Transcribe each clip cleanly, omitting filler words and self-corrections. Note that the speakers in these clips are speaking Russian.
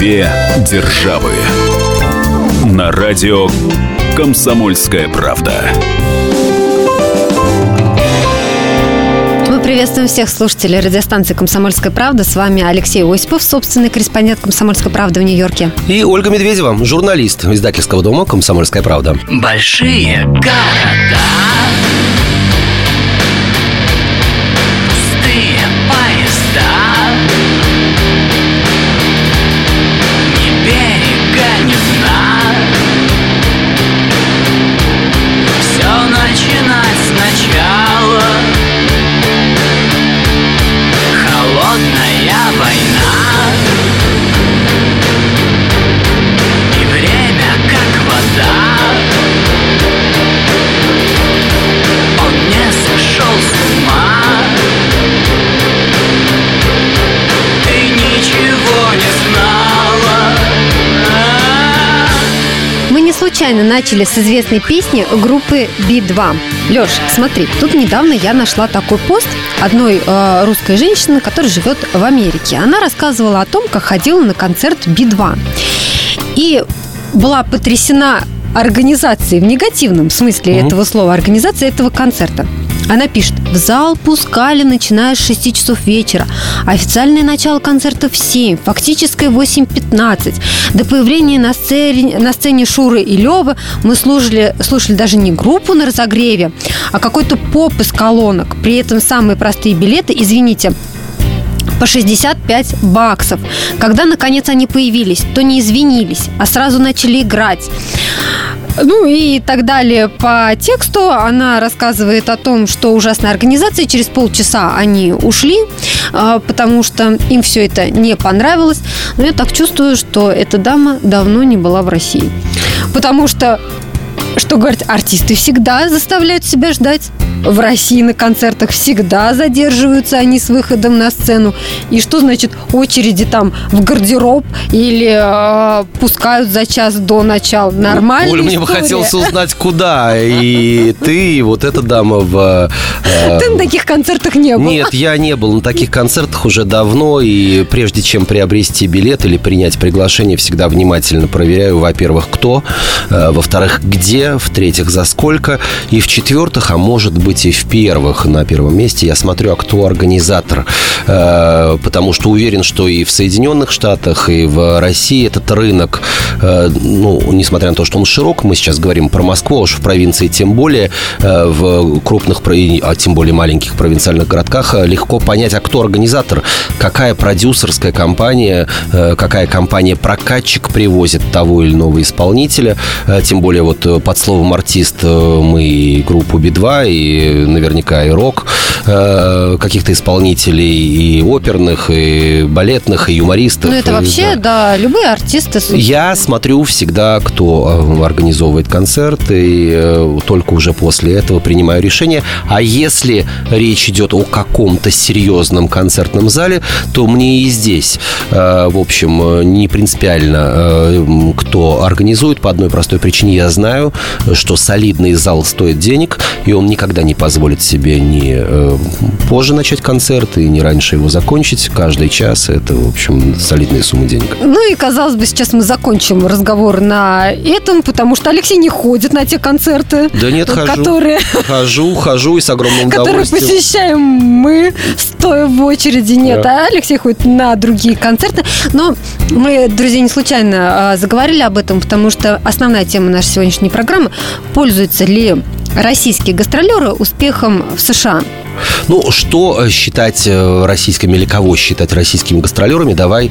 Две державы. На радио «Комсомольская правда». Мы приветствуем всех слушателей радиостанции «Комсомольская правда». С вами Алексей Осипов, собственный корреспондент «Комсомольской правды» в Нью-Йорке. И Ольга Медведева, журналист издательского дома «Комсомольская правда». Большие города, пустые поезда, ни берега, ни дна. Все начинать сначала. Холодная война, и время как вода. Он не сошел с ума. Ты ничего не знала. Мы не случайно начали с известной песни группы Би-2. Лёш, смотри, тут недавно я нашла такой пост одной русской женщины, которая живет в Америке. Она рассказывала о том, как ходила на концерт Би-2. И была потрясена организацией, в негативном смысле этого слова, организацией этого концерта. Она пишет: в зал пускали, начиная с 6 часов вечера. Официальное начало концерта в 7, фактическое 8:15. До появления на сцене Шуры и Лёвы мы слушали даже не группу на разогреве, а какой-то поп из колонок. При этом самые простые билеты, извините, по $65. Когда, наконец, они появились, то не извинились, а сразу начали играть. Ну и так далее по тексту. Она рассказывает о том, что ужасная организация. Через полчаса они ушли, потому что им все это не понравилось. Но я так чувствую, что эта дама давно не была в России. Потому что говорить, артисты всегда заставляют себя ждать. В России на концертах всегда задерживаются они с выходом на сцену. И что значит очереди там в гардероб или пускают за час до начала? Нормальная Оля, мне бы хотелось узнать, куда. И ты, и вот эта дама в... Ты на таких концертах не был? Нет, я не был на таких концертах уже давно. И прежде чем приобрести билет или принять приглашение, всегда внимательно проверяю, во-первых, кто, во-вторых, где, в-третьих, за сколько, и в-четвертых, а может быть и в первых, на первом месте, я смотрю, а кто организатор. Потому что уверен, что и в Соединенных Штатах, и в России этот рынок, несмотря на то, что он широк, мы сейчас говорим про Москву, уж в провинции тем более, в крупных, а тем более маленьких провинциальных городках легко понять, а кто организатор, какая продюсерская компания, какая компания-прокатчик привозит того или иного исполнителя. Тем более вот под словом «артист» мы и группу Би-2, и наверняка и рок каких-то исполнителей, и оперных, и балетных, и юмористов. Ну, это вообще, да, любые артисты. Я смотрю всегда, кто организовывает концерт, и только уже после этого принимаю решение. А если речь идет о каком-то серьезном концертном зале, то мне и здесь, в общем, не принципиально, кто организует. По одной простой причине: я знаю, что солидный зал стоит денег, и он никогда не позволит себе ни позже начать концерт и не раньше его закончить. Каждый час — это, в общем, солидные суммы денег. Ну и, казалось бы, сейчас мы закончим разговор на этом, потому что Алексей не ходит на те концерты. Да нет, хожу и с огромным которые удовольствием. Которые посещаем мы, стоя в очереди. Нет, да. А Алексей ходит на другие концерты. Но мы, друзья, не случайно заговорили об этом, потому что основная тема нашей сегодняшней программы: пользуются ли российские гастролеры успехом в США. Ну, что считать российскими или кого считать российскими гастролерами, давай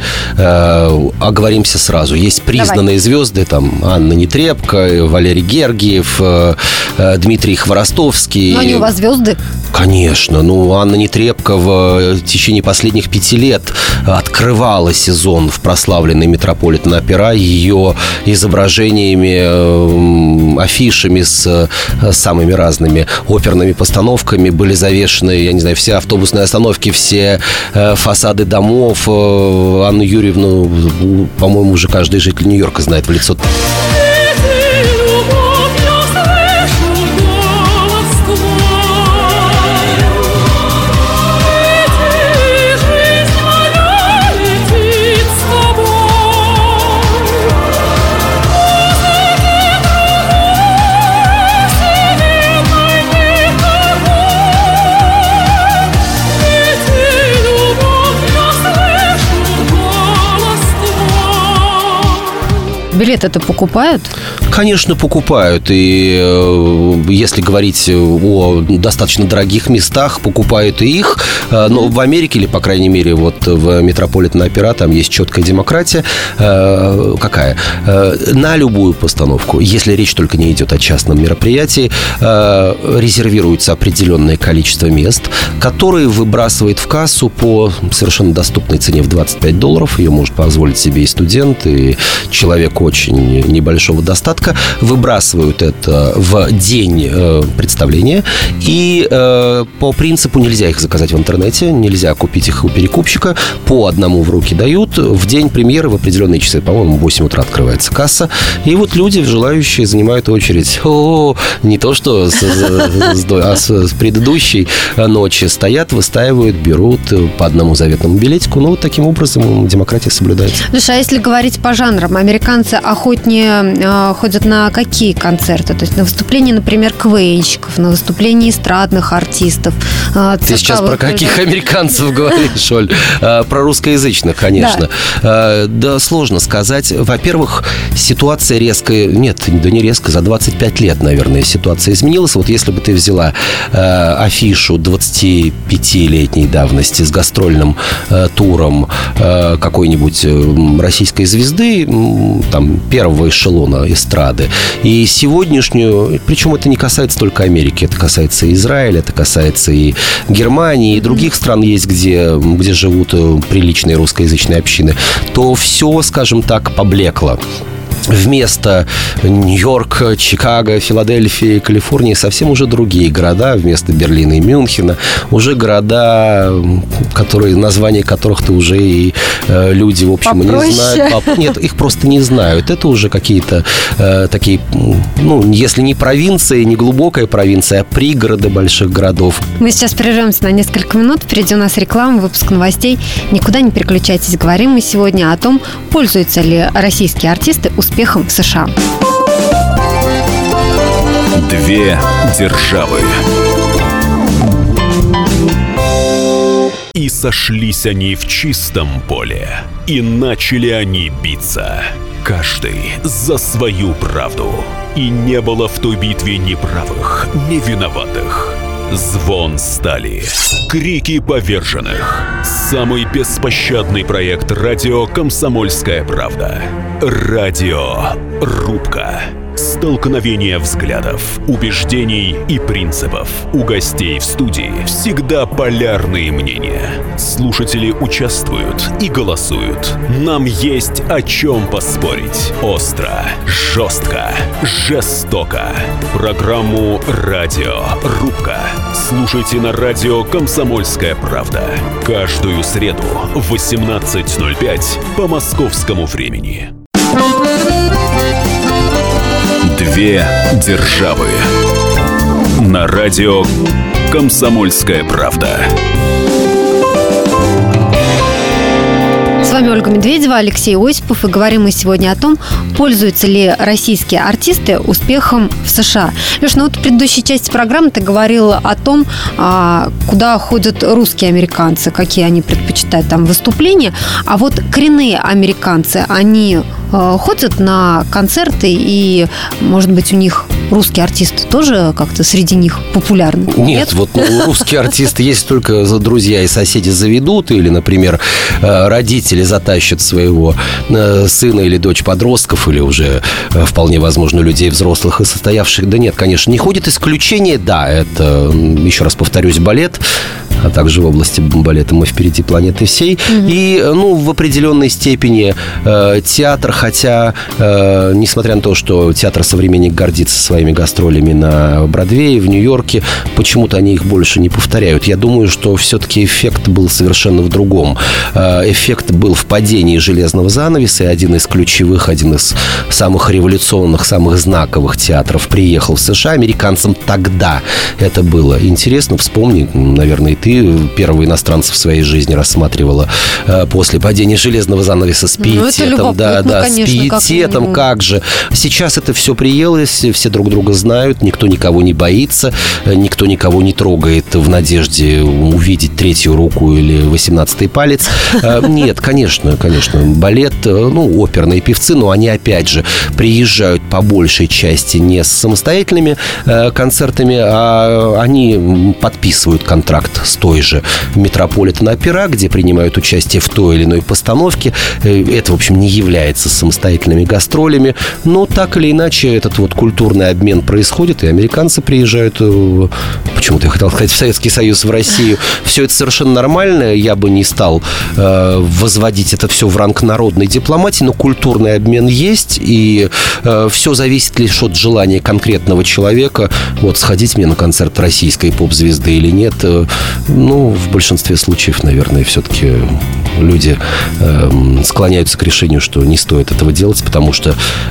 оговоримся сразу. Есть признанные звезды, там Анна Нетребко, Валерий Гергиев, Дмитрий Хворостовский. Но они у вас звезды? Конечно. Ну, Анна Нетребко в течение последних 5 лет открывала сезон в прославленной Метрополитен-опера ее изображениями, афишами с самыми разными оперными постановками. Были завешены, я не знаю, все автобусные остановки, все фасады домов. Анну Юрьевну, по-моему, уже каждый житель Нью-Йорка знает в лицо. Билеты-то покупают? Конечно, покупают. И если говорить о достаточно дорогих местах, покупают и их. Но в Америке, или, по крайней мере, вот в Метрополитен-опера там есть четкая демократия. Какая? На любую постановку, если речь только не идет о частном мероприятии, резервируется определенное количество мест, которые выбрасывает в кассу по совершенно доступной цене в $25. Ее может позволить себе и студент, и человек очень небольшого достатка. Выбрасывают это в день представления. И по принципу нельзя их заказать в интернете, нельзя купить их у перекупщика. По одному в руки дают. В день премьеры в определенные часы, по-моему, в 8 утра открывается касса. И вот люди, желающие, занимают очередь. Не то что с предыдущей ночи стоят, выстаивают, берут по одному заветному билетику. Ну, вот таким образом демократия соблюдается. Слушай, а если говорить по жанрам, американцы охотнее ходят на какие концерты? То есть на выступления, например, КВНщиков, на выступления эстрадных артистов. Ты сейчас про каких американцев говоришь, Оль? Про русскоязычных, конечно. Да, сложно сказать. Во-первых, ситуация резко... Нет, да не резко, за 25 лет, наверное, ситуация изменилась. Вот если бы ты взяла афишу 25-летней давности с гастрольным туром какой-нибудь российской звезды, там, первого эшелона эстрады, и сегодняшнюю, причем это не касается только Америки, это касается и Израиля, это касается и Германии, и других стран есть, где живут приличные русскоязычные общины, то все, скажем так, поблекло. Вместо Нью-Йорка, Чикаго, Филадельфии, Калифорнии совсем уже другие города. Вместо Берлина и Мюнхена уже города, названия которых ты уже и люди, в общем, попроще. Не знают. Нет, их просто не знают. Это уже какие-то такие, если не провинции, не глубокая провинция, а пригороды больших городов. Мы сейчас прервемся на несколько минут. Впереди у нас реклама, выпуск новостей. Никуда не переключайтесь. Говорим мы сегодня о том, пользуются ли российские артисты успехом в США. Две державы. И сошлись они в чистом поле, и начали они биться, каждый за свою правду. И не было в той битве ни правых, ни виноватых. Звон стали, крики поверженных. Самый беспощадный проект радио «Комсомольская правда». Радиорубка. Столкновение взглядов, убеждений и принципов. У гостей в студии всегда полярные мнения. Слушатели участвуют и голосуют. Нам есть о чем поспорить. Остро, жестко, жестоко. Программу «Радиорубка» слушайте на радио «Комсомольская правда». Каждую среду в 18:05 по московскому времени. Две державы. На радио «Комсомольская правда». С вами Ольга Медведева, Алексей Осипов. И говорим мы сегодня о том, пользуются ли российские артисты успехом в США. Леш, в предыдущей части программы ты говорил о том, куда ходят русские американцы, какие они предпочитают там выступления. А вот коренные американцы, они ходят на концерты, и, может быть, у них русские артисты тоже как-то среди них популярны? Нет, русские артисты, если только друзья и соседи заведут, или, например, родители затащат своего сына или дочь подростков, или уже вполне возможно людей взрослых и состоявших. Да нет, конечно, не ходит. Исключение, да, это, еще раз повторюсь, балет, а также в области балета мы впереди планеты всей. И, в определенной степени театр, хотя, несмотря на то, что театр «Современник» гордится своими гастролями на Бродвее, в Нью-Йорке, почему-то они их больше не повторяют. Я думаю, что все-таки эффект был совершенно в другом. Эффект был в падении железного занавеса, и один из ключевых, один из самых революционных, самых знаковых театров приехал в США. Американцам тогда это было интересно. Вспомни, наверное, и ты ты первого иностранца в своей жизни рассматривала после падения железного занавеса с пиететом. Конечно, с пиететом, как же. Сейчас это все приелось, все друг друга знают, никто никого не боится, никто никого не трогает в надежде увидеть третью руку или 18-й палец. Нет, конечно, балет, оперные певцы, но они, опять же, приезжают по большей части не с самостоятельными концертами, а они подписывают контракт с той же Метрополитен-опера, где принимают участие в той или иной постановке. Это, в общем, не является самостоятельными гастролями, но так или иначе этот вот культурный обмен происходит, и американцы приезжают, почему-то я хотел сказать, в Советский Союз, в Россию. Все это совершенно нормально, я бы не стал возводить это все в ранг народной дипломатии, но культурный обмен есть, и все зависит лишь от желания конкретного человека, вот сходить мне на концерт российской поп-звезды или нет. В большинстве случаев, наверное, все-таки люди склоняются к решению, что не стоит этого делать, потому что,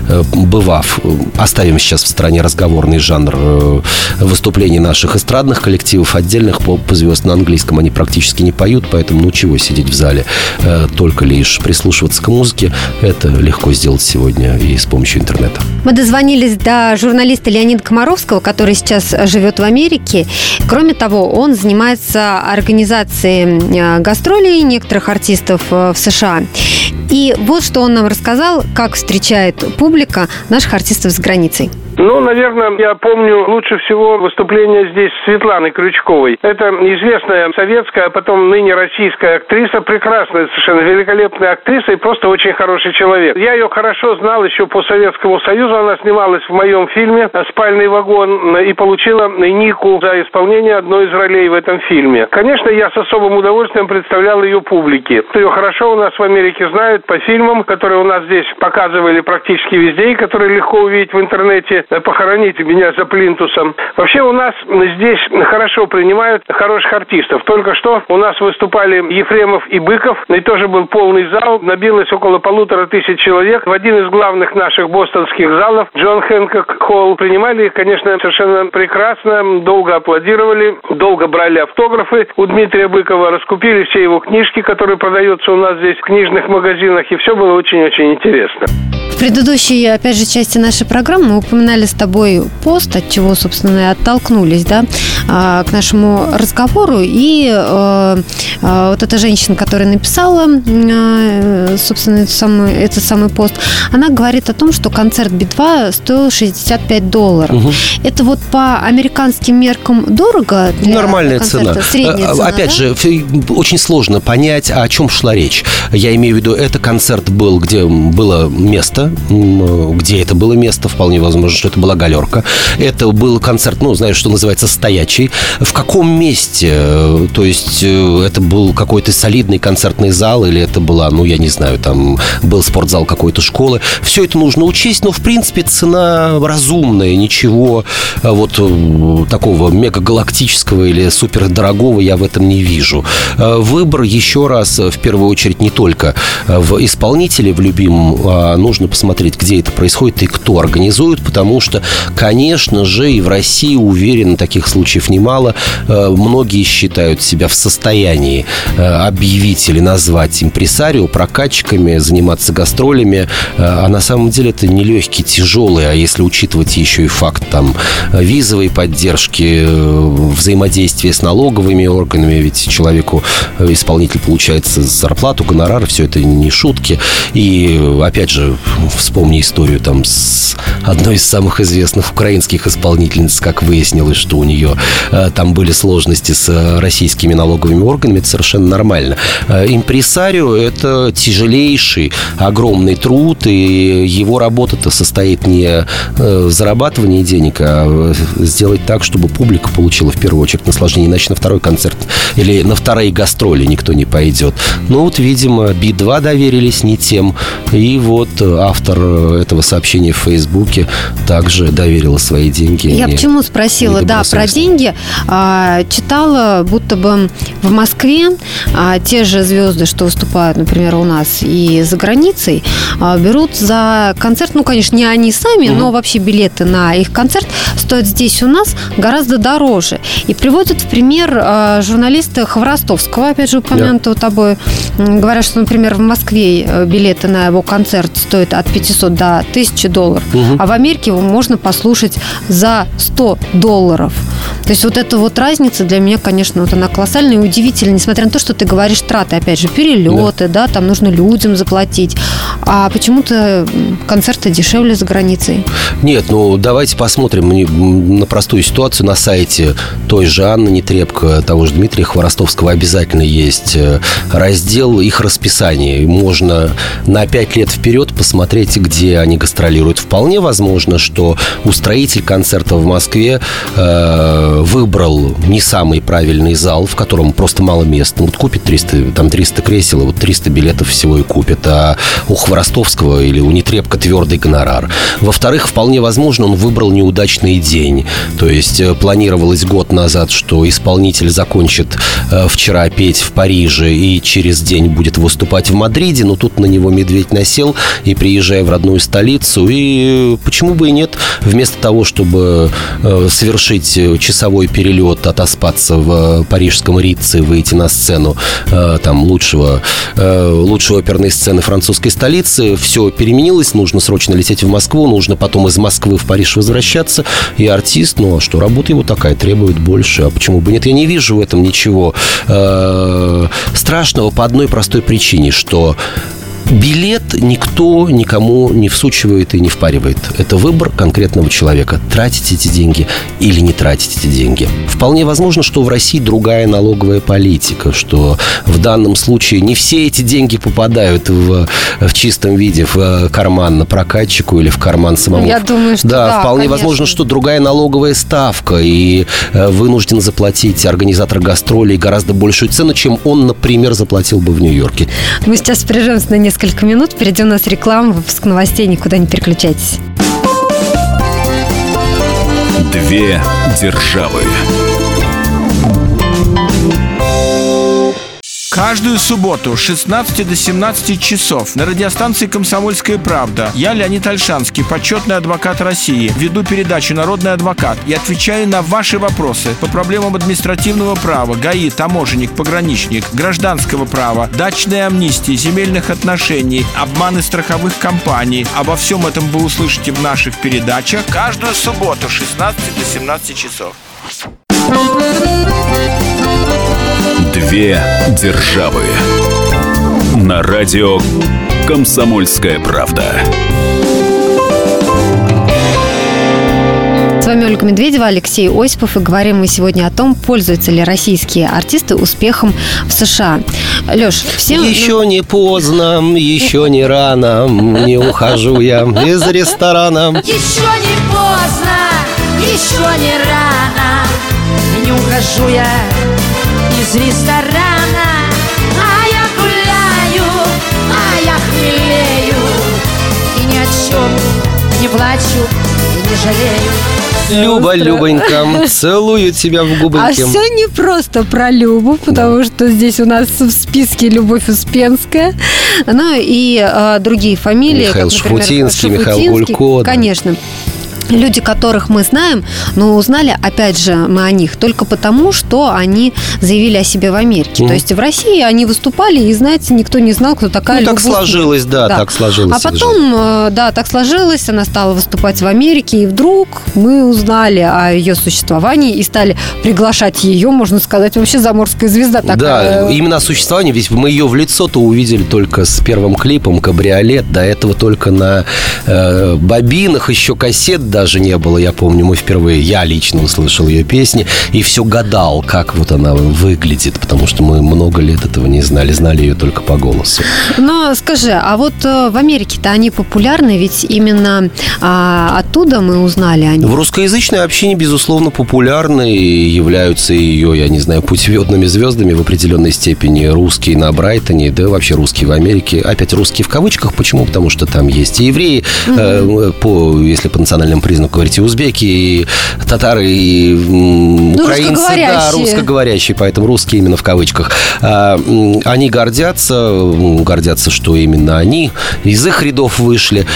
оставим сейчас в стороне разговорный жанр выступлений наших эстрадных коллективов, отдельных поп-звезд на английском они практически не поют, поэтому чего сидеть в зале, только лишь прислушиваться к музыке, это легко сделать сегодня и с помощью интернета. Мы дозвонились до журналиста Леонида Комаровского, который сейчас живет в Америке. Кроме того, он занимается организацией гастролей некоторых артистов в США. И вот что он нам рассказал, как встречает публика наших артистов за границей. Наверное, я помню лучше всего выступление здесь Светланы Крючковой. Это известная советская, а потом ныне российская актриса, прекрасная, совершенно великолепная актриса и просто очень хороший человек. Я ее хорошо знал еще по Советскому Союзу. Она снималась в моем фильме «Спальный вагон» и получила Нику за исполнение одной из ролей в этом фильме. Конечно, я с особым удовольствием представлял ее публике. Ее хорошо у нас в Америке знают по фильмам, которые у нас здесь показывали практически везде и которые легко увидеть в интернете. «Похороните меня за плинтусом». Вообще у нас здесь хорошо принимают хороших артистов. Только что у нас выступали Ефремов и Быков, и тоже был полный зал, набилось около 1500 человек. В один из главных наших бостонских залов, Джон Хэнкок Холл, принимали их, конечно, совершенно прекрасно, долго аплодировали, долго брали автографы у Дмитрия Быкова, раскупили все его книжки, которые продаются у нас здесь в книжных магазинах, и все было очень-очень интересно. В предыдущей, опять же, части нашей программы мы упоминали с тобой пост, от чего, собственно, и оттолкнулись, к нашему разговору. И вот эта женщина, которая написала, собственно, этот самый пост, она говорит о том, что концерт Би-2 стоил $65. Угу. Это вот по американским меркам дорого? Нормальная цена. Средняя цена, опять же, очень сложно понять, о чем шла речь. Я имею в виду, это концерт был, где было место, где это было место, вполне возможно, что это была галерка. Это был концерт, знаешь, что называется, стоячий. В каком месте? То есть это был какой-то солидный концертный зал, или это была, я не знаю, там был спортзал какой-то школы. Все это нужно учесть, но, в принципе, цена разумная, ничего вот такого мегагалактического или супердорогого я в этом не вижу. Выбор, еще раз, в первую очередь, не только в исполнителе, в любимом, а нужно посмотреть, где это происходит и кто организует, потому что, конечно же, и в России, уверен, таких случаев немало. Многие считают себя в состоянии объявить или назвать импресарио, прокатчиками, заниматься гастролями, а на самом деле это нелегкий, тяжелый, а если учитывать еще и факт визовой поддержки, взаимодействия с налоговыми органами, ведь человеку, исполнитель, получается зарплату, гонорар, все это не шутки. И, опять же, вспомни историю с одной из самых известных украинских исполнительниц, как выяснилось, что у нее там были сложности с российскими налоговыми органами, это совершенно нормально. Импресарио – это тяжелейший, огромный труд, и его работа-то состоит не в зарабатывании денег, а сделать так, чтобы публика получила в первую очередь наслаждение, иначе на второй концерт или на вторые гастроли никто не пойдет. Видимо, Би-2 доверились не тем, и вот автор этого сообщения в Фейсбуке также доверила свои деньги. Я почему спросила, про деньги, коллеги, читала, будто бы в Москве те же звезды, что выступают, например, у нас и за границей, берут за концерт, ну, конечно, не они сами, но вообще билеты на их концерт стоят здесь у нас гораздо дороже. И приводят в пример журналиста Хворостовского, опять же, упомянутого тобой. Говорят, что, например, в Москве билеты на его концерт стоят от 500 до 1000 долларов, а в Америке его можно послушать за $100. То есть вот эта вот разница для меня, конечно, вот она колоссальная и удивительная, несмотря на то, что ты говоришь траты, опять же, перелеты, да, там нужно людям заплатить, а почему-то концерты дешевле за границей. Нет, ну давайте посмотрим на простую ситуацию. На сайте той же Анны Нетребко, того же Дмитрия Хворостовского обязательно есть раздел их расписания. Можно на 5 лет вперед посмотреть, где они гастролируют. Вполне возможно, что устроитель концерта в Москве выбрал не самый правильный зал, в котором просто мало места. Вот купит 300 кресел, и вот 300 билетов всего и купит. А у Хворостовского или у Нетребко твердый гонорар. Во-вторых, вполне возможно, он выбрал неудачный день. То есть планировалось год назад, что исполнитель закончит вчера петь в Париже и через день будет выступать в Мадриде, но тут на него медведь насел, и приезжая в родную столицу, и почему бы и нет, вместо того, чтобы совершить часовой перелет, отоспаться в парижском Ритце, выйти на сцену там лучшей оперной сцены французской столицы, все переменилось, нужно срочно лететь в Москву, нужно потом из Москвы в Париж возвращаться, и артист, ну а что, работа его такая, требует больше, а почему бы нет? Я не вижу в этом ничего страшного по одной простой причине, что билет никто никому не всучивает и не впаривает. Это выбор конкретного человека. Тратить эти деньги или не тратить эти деньги. Вполне возможно, что в России другая налоговая политика, что в данном случае не все эти деньги попадают в чистом виде в карман прокатчику или в карман самому. Я думаю, что да, вполне конечно. возможно, что другая налоговая ставка, и вынужден заплатить организатор гастролей гораздо большую цену, чем он, например, заплатил бы в Нью-Йорке. Мы сейчас прервемся на несколько минут. Впереди у нас реклама, выпуск новостей. Никуда не переключайтесь. Две державы. Каждую субботу с 16 до 17 часов на радиостанции «Комсомольская правда» я, Леонид Ольшанский, почетный адвокат России, веду передачу «Народный адвокат» и отвечаю на ваши вопросы по проблемам административного права, ГАИ, таможенник, пограничник, гражданского права, дачной амнистии, земельных отношений, обманы страховых компаний. Обо всем этом вы услышите в наших передачах каждую субботу с 16 до 17 часов. Две державы. На радио «Комсомольская правда». С вами Ольга Медведева, Алексей Осипов. И говорим мы сегодня о том, пользуются ли российские артисты успехом в США. Леш, всем... Еще не поздно, еще не рано, не ухожу я из ресторана. Еще не поздно, еще не рано, не ухожу я из ресторана. А я гуляю, а я хмелею, и ни о чем не плачу и не жалею. Люба, Любонька, целую тебя в губоньки. А все не просто про Любу, потому что здесь у нас в списке Любовь Успенская, ну и другие фамилии. Михаил как, например, Шафутинский, Михаил Гулько. Конечно. Люди, которых мы знаем, но узнали, опять же, мы о них только потому, что они заявили о себе в Америке. То есть в России они выступали, и, знаете, никто не знал, кто такая Люба. Так сложилось, да, так сложилось. А потом, да, так сложилось, она стала выступать в Америке, и вдруг мы узнали о ее существовании и стали приглашать ее, можно сказать, вообще заморская звезда такая. Да, именно о существовании, ведь мы ее в лицо-то увидели только с первым клипом «Кабриолет», до этого только на бобинах, еще кассет даже не было, я помню, я лично услышал ее песни и все гадал, как вот она выглядит, потому что мы много лет этого не знали ее только по голосу. Но скажи, а вот в Америке-то они популярны, ведь именно оттуда мы узнали о них. В русскоязычной общине, безусловно, популярны и являются ее, я не знаю, путеводными звездами в определенной степени. Русские на Брайтоне, да вообще русские в Америке. Опять русские в кавычках. Почему? Потому что там есть и евреи, если по национальным признаку говорить, и узбеки, и татары, и украинцы, да, русскоговорящие, поэтому русские именно в кавычках. Они гордятся, что именно они из их рядов вышли.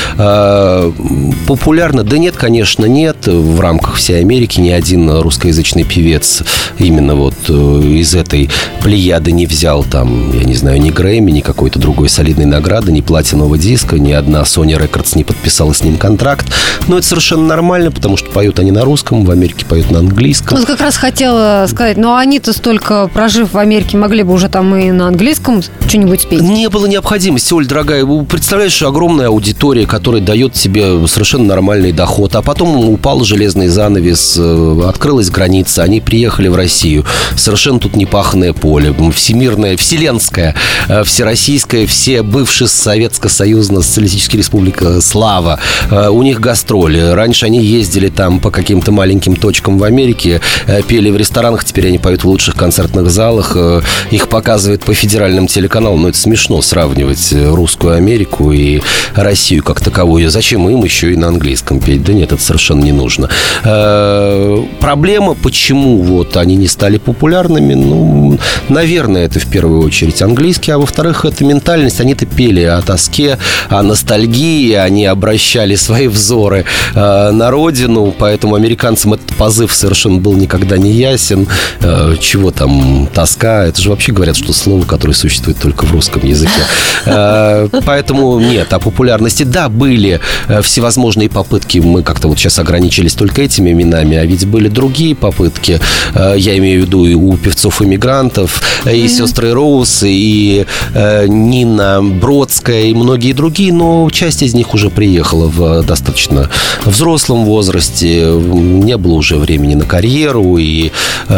Популярно? Да нет, конечно, нет. В рамках всей Америки ни один русскоязычный певец именно вот из этой плеяды не взял там, я не знаю, ни Грэмми, ни какой-то другой солидной награды, ни платинового диска, ни одна Sony Records не подписала с ним контракт. Но это совершенно нормально, потому что поют они на русском, в Америке поют на английском. Вот как раз хотела сказать, но они-то столько прожив в Америке, могли бы уже там и на английском что-нибудь спеть. Не было необходимости, Оль, дорогая. Представляешь, огромная аудитория, которая дает тебе совершенно нормальный доход, а потом упал железный занавес, открылась граница, они приехали в Россию. Совершенно тут непаханное поле, всемирное, вселенское, всероссийское, все бывшие Советско-Союзно-Социалистическая Республика слава. У них гастроли. Раньше они ездили там по каким-то маленьким точкам в Америке, пели в ресторанах, теперь они поют в лучших концертных залах, их показывают по федеральным телеканалам. Но это смешно сравнивать русскую Америку и Россию как таковую. Зачем им еще и на английском петь? Да нет, это совершенно не нужно. Проблема, почему вот они не стали популярными, ну, наверное, это в первую очередь английский, а во-вторых, это ментальность. Они-то пели о тоске, о ностальгии, они обращали свои взоры на родину, поэтому американцам этот позыв совершенно был никогда не ясен. Чего там тоска? Это же вообще говорят, что слово, которое существует только в русском языке. Поэтому нет, о популярности, да, были всевозможные попытки, мы как-то вот сейчас ограничились только этими именами, а ведь были другие попытки, я имею в виду и у певцов-иммигрантов, и сестры Роуз, и Нина Бродская, и многие другие, но часть из них уже приехала в достаточно взрослом возрасте, не было уже времени на карьеру, и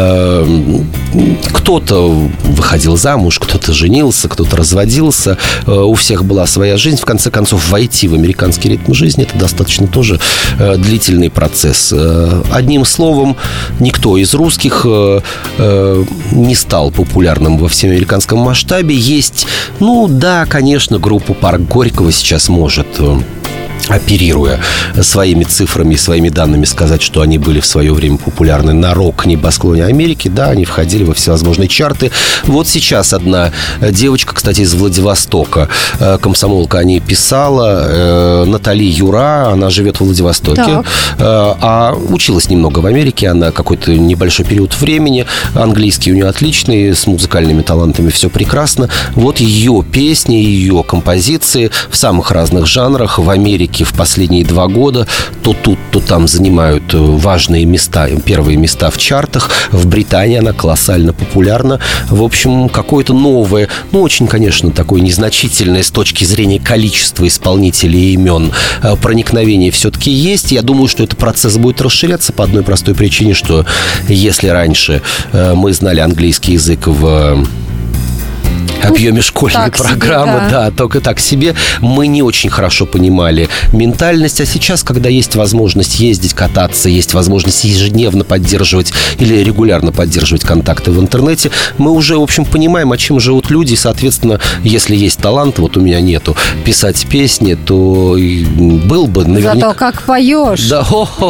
кто-то выходил замуж, кто-то женился, кто-то разводился, у всех была своя жизнь. В конце концов, войти в американский ритм жизни — это достаточно тоже длительный процесс. Одним словом, никто из русских не стал популярным во всеамериканском масштабе. Есть, ну да, конечно, группа «Парк Горького» сейчас может, оперируя своими цифрами и своими данными, сказать, что они были в свое время популярны на рок-небосклоне Америки. Да, они входили во всевозможные чарты. Вот сейчас одна девочка, кстати, из Владивостока, комсомолка о ней писала, Натали Юра, она живет в Владивостоке, а училась немного в Америке, она какой-то небольшой период времени, английский у нее отличный, с музыкальными талантами все прекрасно. Вот ее песни, ее композиции в самых разных жанрах в Америке в последние 2 года то тут, то там занимают важные места, первые места в чартах. В Британии она колоссально популярна. В общем, какое-то новое, ну, очень, конечно, такое незначительное с точки зрения количества исполнителей и имен проникновение все-таки есть. Я думаю, что этот процесс будет расширяться по одной простой причине, что если раньше мы знали английский язык в объеме школьной программы, себе, да, только так себе, мы не очень хорошо понимали ментальность. А сейчас, когда есть возможность ездить, кататься, есть возможность ежедневно поддерживать или регулярно поддерживать контакты в интернете, мы уже, в общем, понимаем, о чем живут люди. И, соответственно, если есть талант, вот у меня нету, писать песни, то был бы наверняка... Зато как поешь. Да,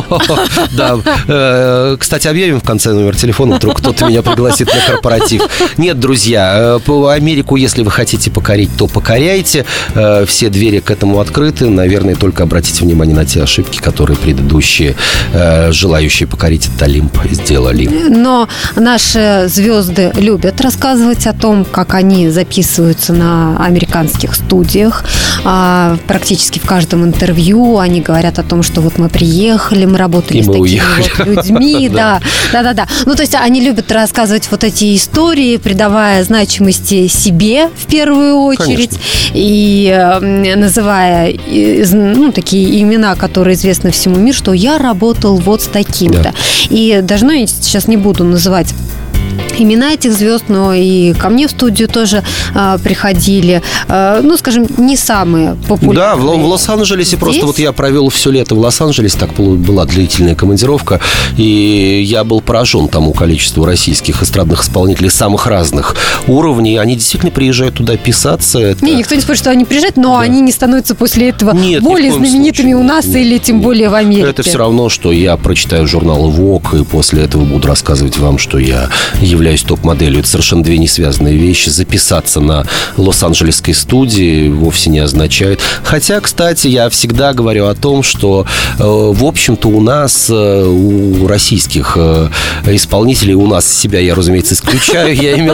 да. Кстати, объявим в конце номер телефона, вдруг кто-то меня пригласит на корпоратив. Нет, друзья, по Америку, если вы хотите покорить, то покоряйте. Все двери к этому открыты. Наверное, только обратите внимание на те ошибки, которые предыдущие желающие покорить этот Олимп сделали. Но наши звезды любят рассказывать о том, как они записываются на американских студиях. Практически в каждом интервью они говорят о том, что вот мы приехали, мы работали с такими вот людьми. Да. Ну, то есть они любят рассказывать вот эти истории, придавая значимости себе в первую очередь. Конечно. И называя такие имена, которые известны всему миру, что я работал вот с таким-то. Да. И даже, я сейчас не буду называть имена этих звезд, но и ко мне в студию тоже приходили. Ну, скажем, не самые популярные. Да, в Лос-Анджелесе здесь. просто вот я провел все лето в Лос-Анджелесе, так была длительная командировка, и я был поражен тому количеству российских эстрадных исполнителей самых разных уровней. Они действительно приезжают туда писаться. Не, никто не спорит, что они приезжают, но они не становятся после этого Нет, более знаменитыми у нас или тем более в Америке. Это все равно, что я прочитаю журнал Vogue, и после этого буду рассказывать вам, что я являюсь топ-моделью. Это совершенно две несвязанные вещи. Записаться на лос-анджелесской студии вовсе не означает. Хотя, кстати, я всегда говорю о том, что, в общем-то, у нас, у российских исполнителей, у нас себя я, разумеется, исключаю, я имел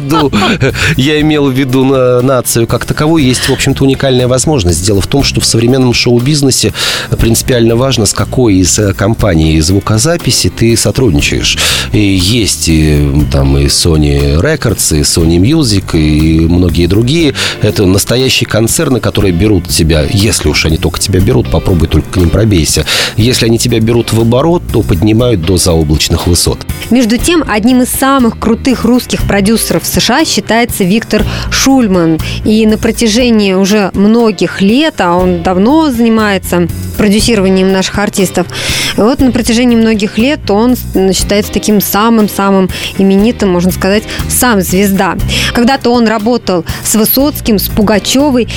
в виду нацию как таковую, есть, в общем-то, уникальная возможность. Дело в том, что в современном шоу-бизнесе принципиально важно, с какой из компаний звукозаписи ты сотрудничаешь. И есть там и Sony Records, и Sony Music, и многие другие. Это настоящие концерны, которые берут тебя, если уж они только тебя берут, попробуй только к ним пробейся. Если они тебя берут в оборот, то поднимают до заоблачных высот. Между тем, одним из самых крутых русских продюсеров в США считается Виктор Шульман. И на протяжении уже многих лет, а он давно занимается продюсированием наших артистов, и вот на протяжении многих лет он считается таким самым-самым именитым, можно сказать, сам звезда. Когда-то он работал с Высоцким, с Пугачевой,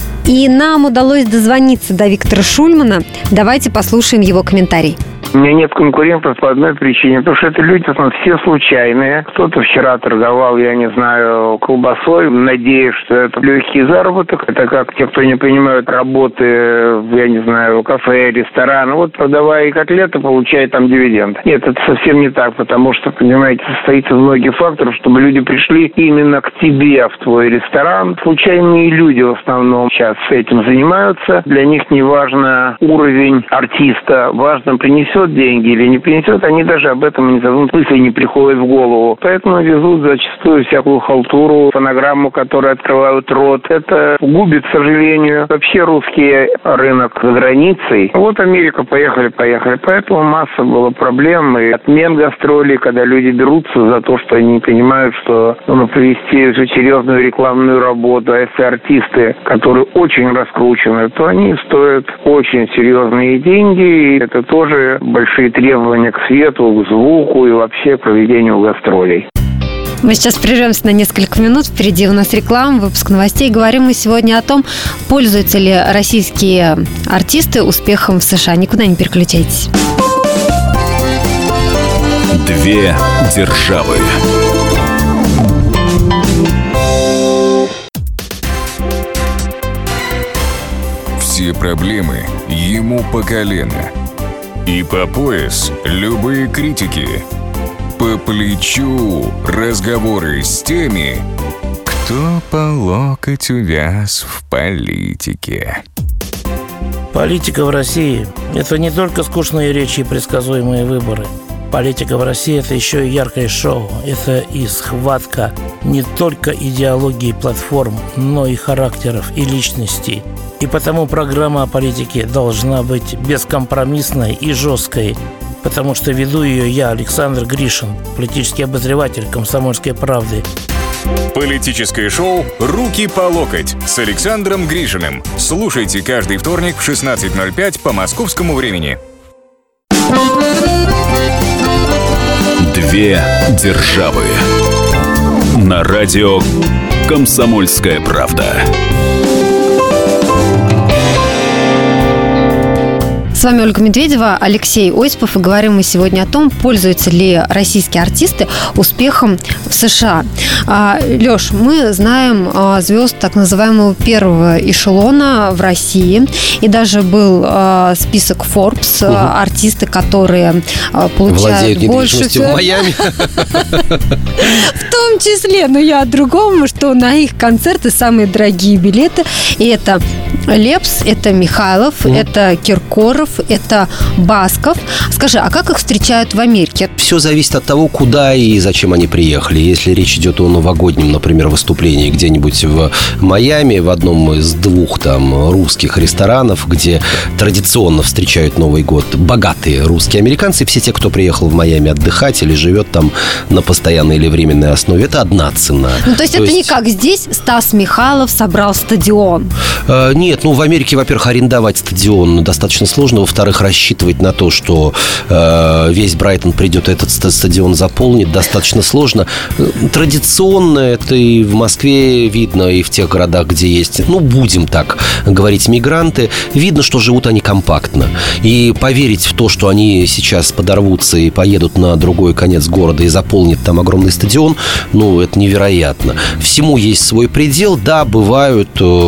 и нам удалось дозвониться до Виктора Шульмана. Давайте послушаем его комментарий. У меня нет конкурентов по одной причине, потому что это люди, все случайные. Кто-то вчера торговал, я не знаю, колбасой, надеясь, что это легкий заработок. Это как те, кто не понимают работы, я не знаю, кафе, ресторана. Вот продавая котлеты, получает там дивиденд. Нет, это совсем не так, потому что, понимаете, состоит из многих факторов, чтобы люди пришли именно к тебе в твой ресторан. Случайные люди в основном сейчас этим занимаются. Для них не важно уровень артиста, важно, принесет деньги или не принесет, они даже об этом не задумываются, мысли не приходят в голову. Поэтому везут зачастую всякую халтуру, фонограмму, которую открывают рот. Это губит, к сожалению, вообще русский рынок за границей. Вот Америка, поехали. Поэтому масса было проблем и отмен гастролей, когда люди берутся за то, что они не понимают, что нужно провести серьезную рекламную работу. А если артисты, которые очень раскручены, то они стоят очень серьезные деньги. И это тоже большие требования к свету, к звуку и вообще к проведению гастролей. Мы сейчас прервемся на несколько минут. Впереди у нас реклама, выпуск новостей. Говорим мы сегодня о том, пользуются ли российские артисты успехом в США. Никуда не переключайтесь. Две державы. Все проблемы ему по колено. И по пояс любые критики. По плечу разговоры с теми, кто по локоть увяз в политике. Политика в России – это не только скучные речи и предсказуемые выборы. Политика в России – это еще и яркое шоу. Это и схватка не только идеологии платформ, но и характеров и личностей. И потому программа о политике должна быть бескомпромиссной и жесткой, потому что веду ее я, Александр Гришин, политический обозреватель «Комсомольской правды». Политическое шоу «Руки по локоть» с Александром Гришиным. Слушайте каждый вторник в 16:05 по московскому времени. Две державы. На радио «Комсомольская правда». С вами Ольга Медведева, Алексей Осипов, и говорим мы сегодня о том, пользуются ли российские артисты успехом в США. Леш, мы знаем звезд так называемого первого эшелона в России, и даже был список Forbes, артисты, которые получают больше всего. В Майами. В том числе, но я о другом, что на их концерты самые дорогие билеты, и это Лепс, это Михайлов, это Киркоров, это Басков. Скажи, а как их встречают в Америке? Все зависит от того, куда и зачем они приехали. Если речь идет о новогоднем, например, выступлении где-нибудь в Майами, в одном из 2 там русских ресторанов, где традиционно встречают Новый год богатые русские американцы, все те, кто приехал в Майами отдыхать или живет там на постоянной или временной основе, это одна цена. Ну, то есть это не как здесь Стас Михайлов собрал стадион? Нет, в Америке, во-первых, арендовать стадион достаточно сложно, во-вторых, рассчитывать на то, что весь Брайтон придет, этот стадион заполнит, достаточно сложно. Традиционно это и в Москве видно, и в тех городах, где есть, будем так говорить, мигранты, видно, что живут они компактно. И поверить в то, что они сейчас подорвутся и поедут на другой конец города и заполнят там огромный стадион, это невероятно. Всему есть свой предел. Да, бывают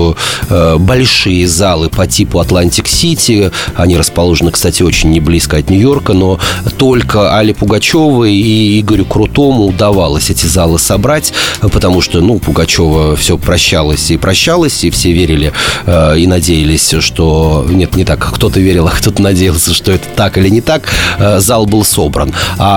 большие залы по типу Атлантик-Сити. Они расположены, кстати, очень не близко от Нью-Йорка, но только Але Пугачевой и Игорю Крутому удавалось эти залы собрать, потому что, Пугачева все прощалась, и все верили и надеялись, что... Нет, не так. Кто-то верил, а кто-то надеялся, что это так или не так. Зал был собран.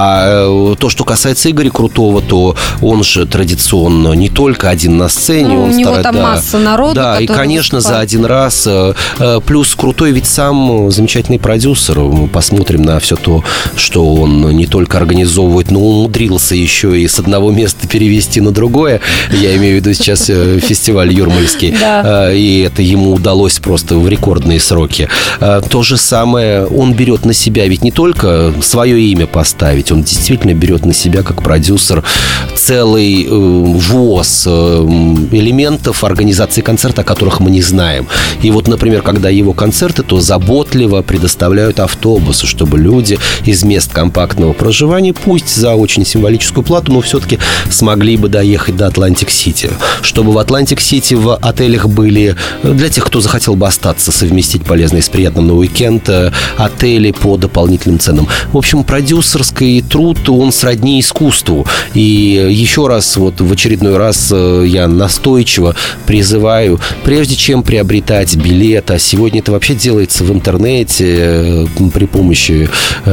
А то, что касается Игоря Крутого, то он же традиционно не только один на сцене. У него там масса народу. Да, и, конечно, за один раз. Плюс Крутой ведь сам замечательный продюсер. Мы посмотрим на все то, что он не только организовывает, но умудрился еще и с одного места перевести на другое. Я имею в виду сейчас фестиваль Юрмальский. И это ему удалось просто в рекордные сроки. То же самое он берет на себя ведь не только свое имя поставить, он действительно берет на себя как продюсер целый ВОЗ элементов организации концерта, о которых мы не знаем. И вот, например, когда его концерты, то заботливо предоставляют автобусы, чтобы люди из мест компактного проживания, пусть за очень символическую плату, но все-таки смогли бы доехать до Атлантик-Сити. Чтобы в Атлантик-Сити в отелях были, для тех, кто захотел бы остаться, совместить полезное с приятным на уикенд, отели по дополнительным ценам. В общем, продюсерский труд, он сродни искусству. И еще раз, в очередной раз я настойчиво призываю, прежде чем приобретать билет, а сегодня это вообще делается в интернете при помощи,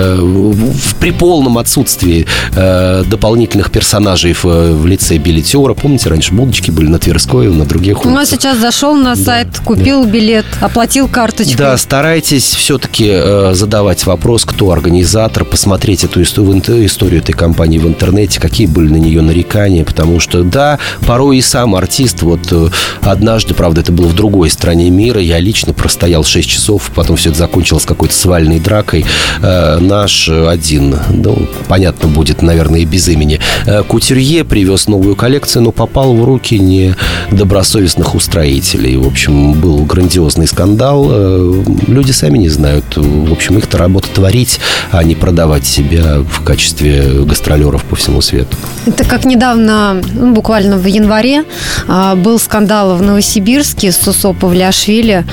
при полном отсутствии дополнительных персонажей в лице билетера. Помните, раньше будочки были на Тверской, на других улицах. А сейчас зашел на сайт, купил билет, оплатил карточкой. Да, старайтесь все-таки задавать вопрос, кто организатор, посмотреть эту историю этой компании в интернете, какие были на нее нарекания, потому что, да, порой и сам артист, однажды, правда, это было в другой стране мира, я лично простоял 6 часов, потом все это закончилось какой-то свальной дракой. Наш один, понятно будет, наверное, и без имени, кутюрье привез новую коллекцию, но попал в руки недобросовестных устроителей. В общем, был грандиозный скандал. Люди сами не знают. В общем, их-то работа творить, а не продавать себя в качестве гастролеров по всему свету. Это как недавно, буквально в январе, был скандал в Новосибирске с Сусо Павлиашвили.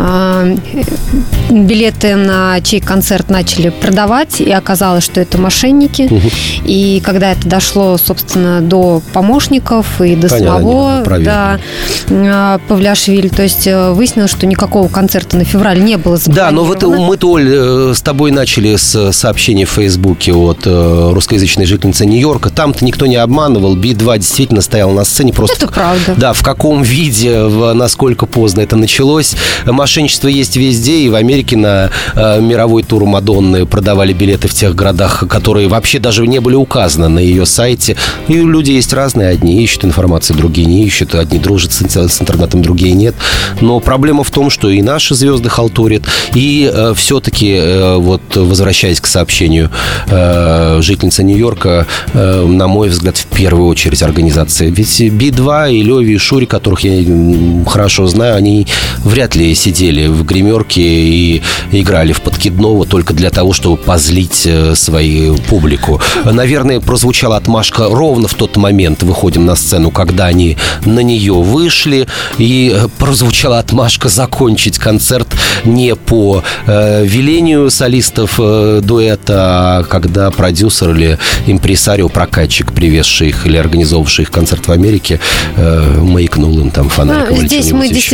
Билеты на чей концерт начали продавать, и оказалось, что это мошенники. И когда это дошло, собственно, до помощников и до самого Павлиашвили, то есть выяснилось, что никакого концерта на февраль не было запланировано. Да, но мы-то, Оль, с тобой начали с сообщений в Фейсбуке от русскоязычной жительницы Нью-Йорка. Там-то никто не обманывал. Би-2 действительно стоял на сцене. Просто это правда. Да, в каком виде, насколько поздно это началось. Мошенничество есть везде. И в Америке на мировой тур Мадонны продавали билеты в тех городах, которые вообще даже не были указаны на ее сайте. И люди есть разные. Одни ищут информацию, другие не ищут. Одни дружат с интернетом, другие нет. Но проблема в том, что и наши звезды халтурят. И все-таки, возвращаясь к сообщению жительницы Нью-Йорка, на мой взгляд, в первую очередь организация. Ведь Би-2 и Леви, и Шури, которых я хорошо знаю, они вряд ли сидели в гримерке и играли в подкидного только для того, чтобы позлить свою публику. Наверное, прозвучала отмашка ровно в тот момент, выходим на сцену, когда они на нее вышли, и прозвучала отмашка закончить концерт не по велению солистов дуэта, а когда продюсер или импресарио, прокатчик, привезший их или организовавший их концерт в Америке, маякнул им там фонариком. Здесь мы действительно понимаем,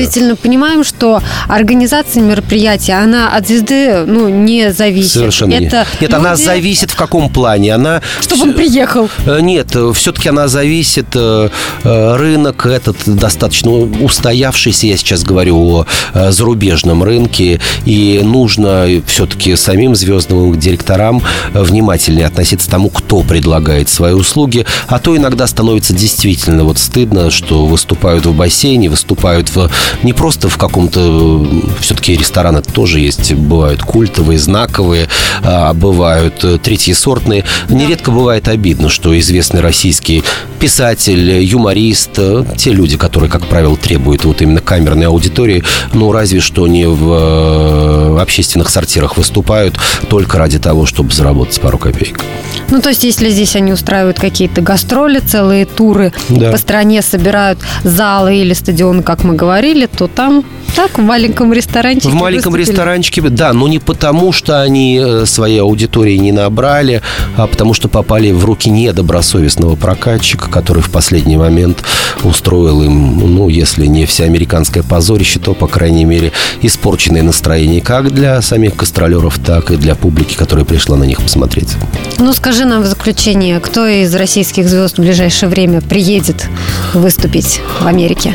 понимаем, что организация мероприятия, она от звезды, не зависит. Совершенно нет. Нет, она зависит в каком плане? Чтобы он приехал. Нет, все-таки она зависит. Рынок этот достаточно устоявшийся, я сейчас говорю о зарубежном рынке, и нужно все-таки самим звездным директорам внимательнее относиться к тому, кто предлагает свои услуги, а то иногда становится действительно стыдно, что выступают в бассейне, выступают не просто в каком-то, все-таки рестораны тоже есть, бывают культовые, знаковые, а бывают третьесортные. Нередко бывает обидно, что известный российский писатель, юморист, те люди, которые, как правило, требуют именно камерной аудитории, разве что не в общественных сортирах выступают только ради того, чтобы заработать пару копеек. То есть, если здесь они устраивают какие-то гастроли, целые туры, по стране собирают залы или стадионы, как мы говорили, то там так, в маленьком ресторанчике В маленьком ресторанчике, да, но не потому, что они своей аудитории не набрали, а потому что попали в руки недобросовестного прокатчика, который в последний момент устроил им, если не всеамериканское позорище, то, по крайней мере, испорченное настроение как для самих гастролеров, так и для публики, которая пришла на них посмотреть. Скажи нам в заключение, кто из российских звезд в ближайшее время приедет выступить в Америке?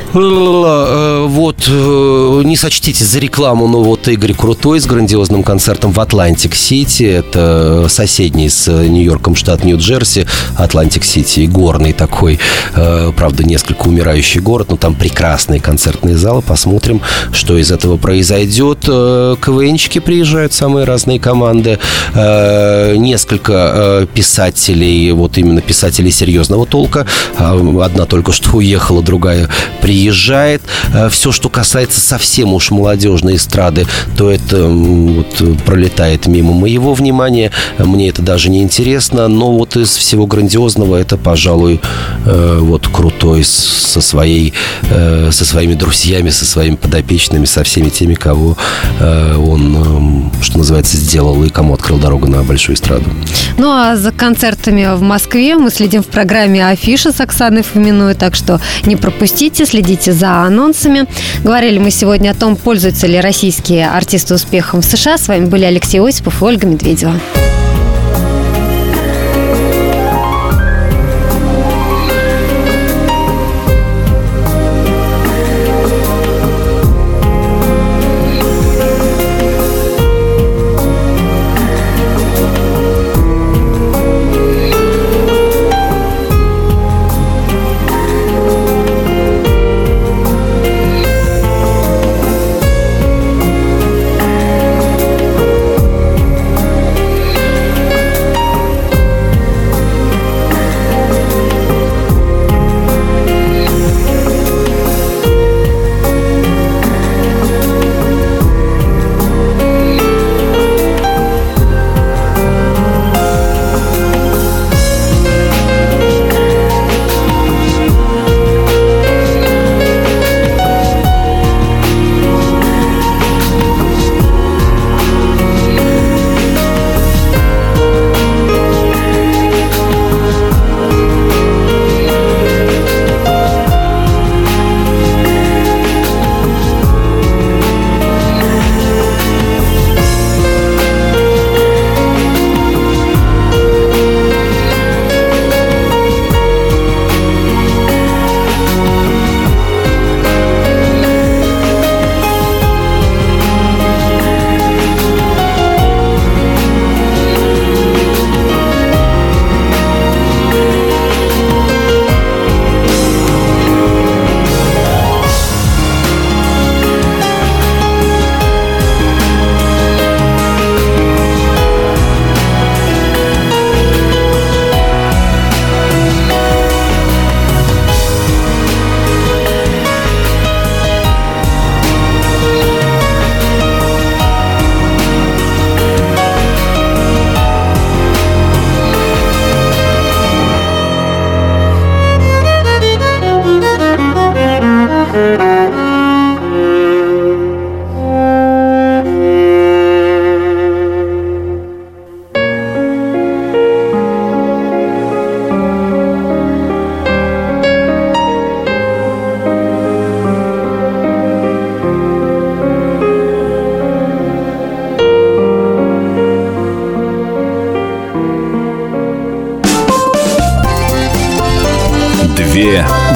Не сочтите за рекламу, но Игорь Крутой с грандиозным концертом в Атлантик-Сити. Это соседний с Нью-Йорком штат Нью-Джерси. Атлантик-Сити, горный такой, правда, несколько умирающий город, но там прекрасные концертные залы. Посмотрим, что из этого произойдет. КВНщики приезжают, самые разные команды. Несколько писателей, именно писателей серьезного толка. Одна только что уехала, другая приезжает. Все, что касается совсем уж молодежной эстрады, то это пролетает мимо моего внимания. Мне это даже не интересно. Но из всего грандиозного это, пожалуй, Крутой со своими друзьями, со своими подопечными, со всеми теми, кого он, что называется, сделал и кому открыл дорогу на большую эстраду. А за концертами в Москве мы следим в программе «Афиша» с Оксаной Фоминой, так что не пропустите, следите за анонсами. Говорили мы сегодня о том, пользуются ли российские артисты успехом в США. С вами были Алексей Осипов и Ольга Медведева.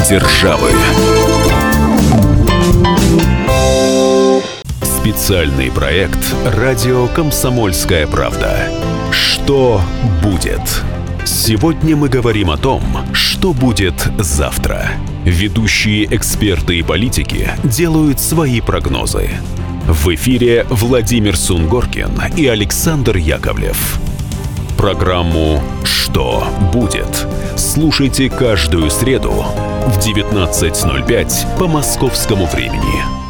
державы. Специальный проект «Радио Комсомольская правда». Что будет? Сегодня мы говорим о том, что будет завтра. Ведущие эксперты и политики делают свои прогнозы. В эфире Владимир Сунгоркин и Александр Яковлев. Программу «Что будет?» слушайте каждую среду в 19:05 по московскому времени.